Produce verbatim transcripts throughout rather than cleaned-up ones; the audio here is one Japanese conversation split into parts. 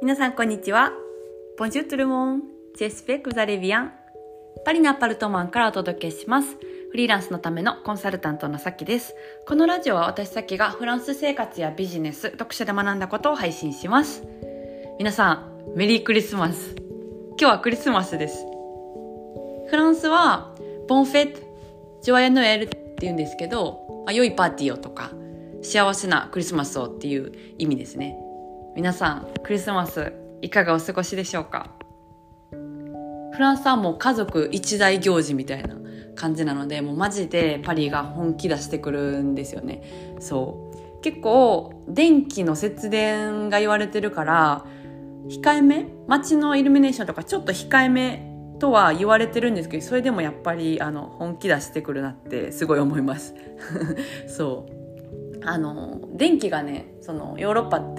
皆さんこんにちは。Bonjour tout le monde. J'espère que vous allez bien. パリのアパルトマンからお届けします。フリーランスのためのコンサルタントのさきです。このラジオは私さきがフランス生活やビジネス、読書で学んだことを配信します。皆さん、メリークリスマス。今日はクリスマスです。フランスはボンフェット、ジョアヤノエルって言うんですけど、まあ、良いパーティーをとか幸せなクリスマスをっていう意味ですね。皆さんクリスマスいかがお過ごしでしょうか。フランスはもう家族一大行事みたいな感じなので、もうマジでパリが本気出してくるんですよね。そう結構電気の節電が言われてるから控えめ、街のイルミネーションとかちょっと控えめとは言われてるんですけど、それでもやっぱりあの本気出してくるなってすごい思いますそうあの電気がね、そのヨーロッパって、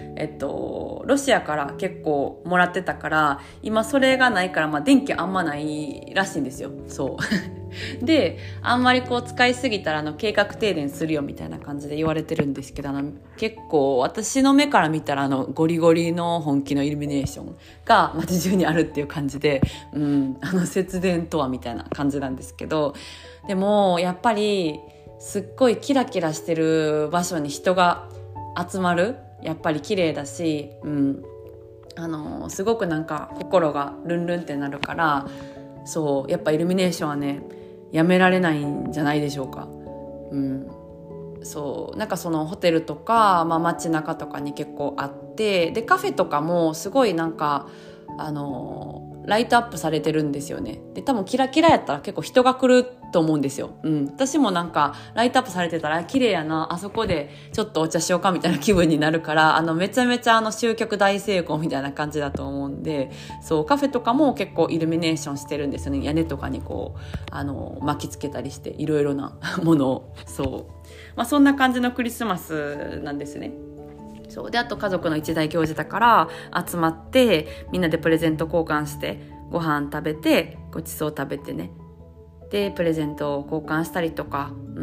えっと、ロシアから結構もらってたから、今それがないから、まあ、電気あんまないらしいんですよ。そうで、あんまりこう使いすぎたらあの計画停電するよみたいな感じで言われてるんですけど、あの結構私の目から見たらあのゴリゴリの本気のイルミネーションが街中にあるっていう感じで、うん、あの節電とはみたいな感じなんですけど、でもやっぱりすっごいキラキラしてる場所に人が集まる、やっぱり綺麗だし、うん、あのすごくなんか心がルンルンってなるから、そうやっぱイルミネーションはねやめられないんじゃないでしょうか。うん、そうなんかそのホテルとか、まあ、街中とかに結構あって、でカフェとかもすごいなんかあのライトアップされてるんですよね。で多分キラキラやったら結構人が来ると思うんですよ。うん、私もなんかライトアップされてたら綺麗やな、あそこでちょっとお茶しようかみたいな気分になるから、あのめちゃめちゃあの集客大成功みたいな感じだと思うんで、そうカフェとかも結構イルミネーションしてるんですよね。屋根とかにこうあの巻きつけたりしていろいろなものを、そう、まあ、そんな感じのクリスマスなんですね。そうで、あと家族の一大行事だから集まってみんなでプレゼント交換してご飯食べてごちそう食べてね、でプレゼントを交換したりとか、うん、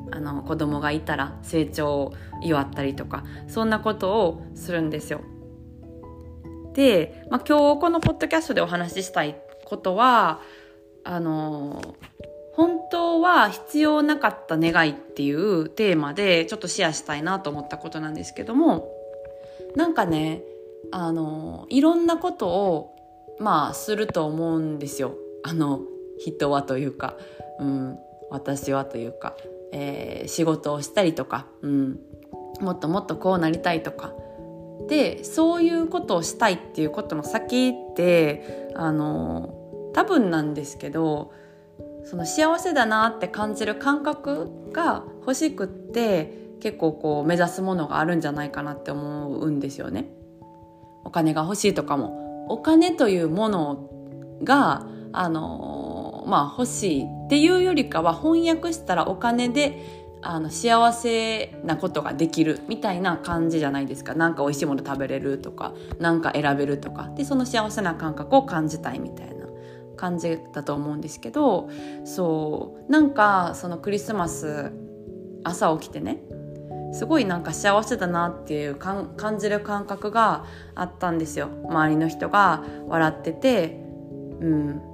あの子供がいたら成長を祝ったりとか、そんなことをするんですよ。で、まあ、今日このポッドキャストでお話ししたいことは、あの本当は必要なかった願いっていうテーマでちょっとシェアしたいなと思ったことなんですけども、なんかね、あのいろんなことをまあすると思うんですよ。あの人はというか、うん、私はというか、えー、仕事をしたりとか、うん、もっともっとこうなりたいとかで、そういうことをしたいっていうことの先ってあの多分なんですけど、その幸せだなって感じる感覚が欲しくって結構こう目指すものがあるんじゃないかなって思うんですよね。お金が欲しいとかも、お金というものがあのまあ欲しいっていうよりかは、翻訳したらお金であの幸せなことができるみたいな感じじゃないですか。なんか美味しいもの食べれるとか、なんか選べるとかで、その幸せな感覚を感じたいみたいな感じだと思うんですけど、そうなんかそのクリスマス朝起きてね、すごいなんか幸せだなっていう感じる感覚があったんですよ。周りの人が笑ってて、うん、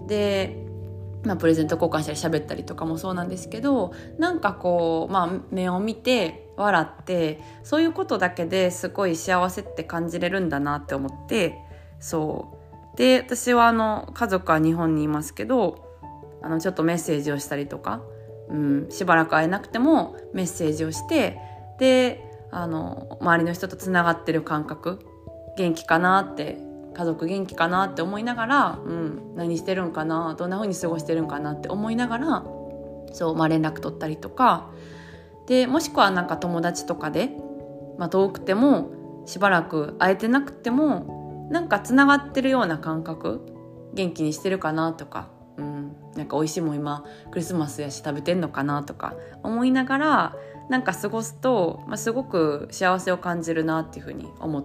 で、まあ、プレゼント交換したり喋ったりとかもそうなんですけど、なんかこう、まあ、目を見て笑って、そういうことだけですごい幸せって感じれるんだなって思って、そうで、私はあの家族は日本にいますけど、あのちょっとメッセージをしたりとか、うん、しばらく会えなくてもメッセージをして、であの周りの人とつながってる感覚、元気かなって、家族元気かなって思いながら、うん、何してるんかな、どんな風に過ごしてるんかなって思いながら、そう、まあ、連絡取ったりとかで、もしくはなんか友達とかで、まあ、遠くてもしばらく会えてなくてもなんかつながってるような感覚、元気にしてるかなとか、うん、なんか美味しいもん今クリスマスやし食べてんのかなとか思いながらなんか過ごすと、まあ、すごく幸せを感じるなっていうふうに思って、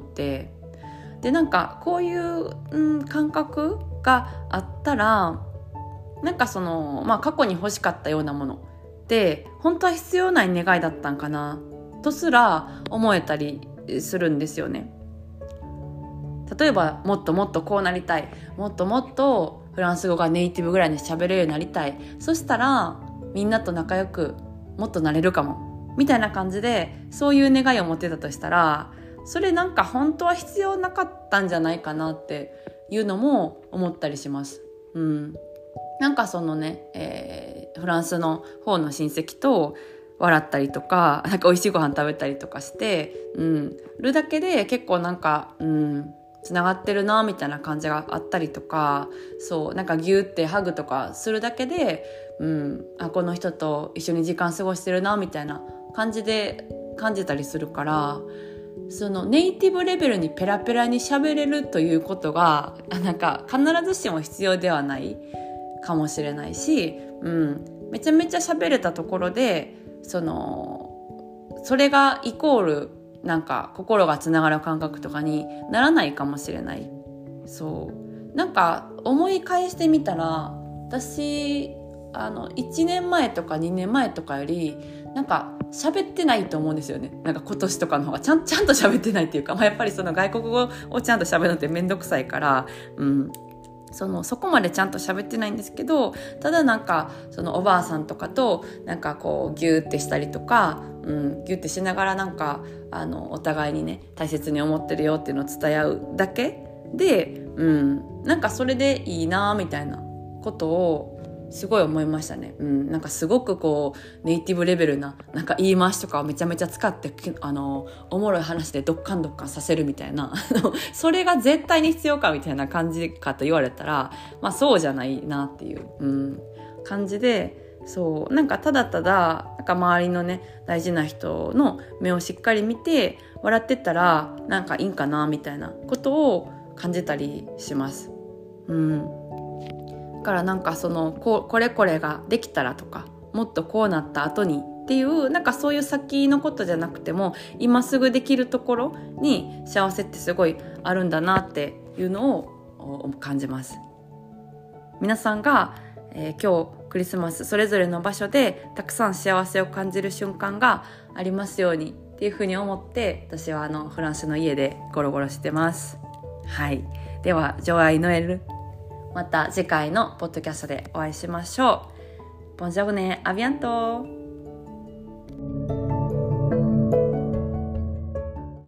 でなんかこういう、うん、感覚があったら、なんかその、まあ、過去に欲しかったようなものって本当は必要ない願いだったんかなとすら思えたりするんですよね。 例えばもっともっとこうなりたい、もっともっとフランス語がネイティブぐらいに喋れるようになりたい、そしたらみんなと仲良くもっとなれるかもみたいな感じで、そういう願いを持ってたとしたら、それなんか本当は必要なかったんじゃないかなっていうのも思ったりします。うん、なんかそのね、えー、フランスの方の親戚と笑ったりとか、なんか美味しいご飯食べたりとかして、うん、るだけで結構なんか、うん、つながってるなみたいな感じがあったりとか、そうなんかギューってハグとかするだけで、うん、あこの人と一緒に時間過ごしてるなみたいな感じで感じたりするから、そのネイティブレベルにペラペラに喋れるということがなんか必ずしも必要ではないかもしれないし、うん、めちゃめちゃ喋れたところでそのそれがイコールなんか心がつながる感覚とかにならないかもしれない。そうなんか思い返してみたら、私あのいちねんまえとかにねんまえとかよりなんか喋ってないと思うんですよね。なんか今年とかの方がちゃん、ちゃんと喋ってないっていうか、まあ、やっぱりその外国語をちゃんと喋るのってめんどくさいから、うん、そのそこまでちゃんと喋ってないんですけど、ただなんかそのおばあさんとかとなんかこうギューってしたりとか、うん、ギューってしながらなんかあのお互いにね大切に思ってるよっていうのを伝え合うだけで、うん、なんかそれでいいなみたいなことをすごい思いましたね。うん、なんかすごくこうネイティブレベルななんか言い回しとかをめちゃめちゃ使ってあのおもろい話でドッカンドッカンさせるみたいなそれが絶対に必要かみたいな感じかと言われたら、まあそうじゃないなっていう、うん、感じで、そうなんかただただなんか周りのね大事な人の目をしっかり見て笑ってったらなんかいいんかなみたいなことを感じたりします。うんだからなんかその こ, これこれができたらとか、もっとこうなった後にっていうなんかそういう先のことじゃなくても今すぐできるところに幸せってすごいあるんだなっていうのを感じます。皆さんが、えー、今日クリスマスそれぞれの場所でたくさん幸せを感じる瞬間がありますようにっていうふうに思って、私はあのフランスの家でゴロゴロしてます。はい、ではジョアイノエル、また次回のポッドキャストでお会いしましょう。ボンジョルネ、アビアント。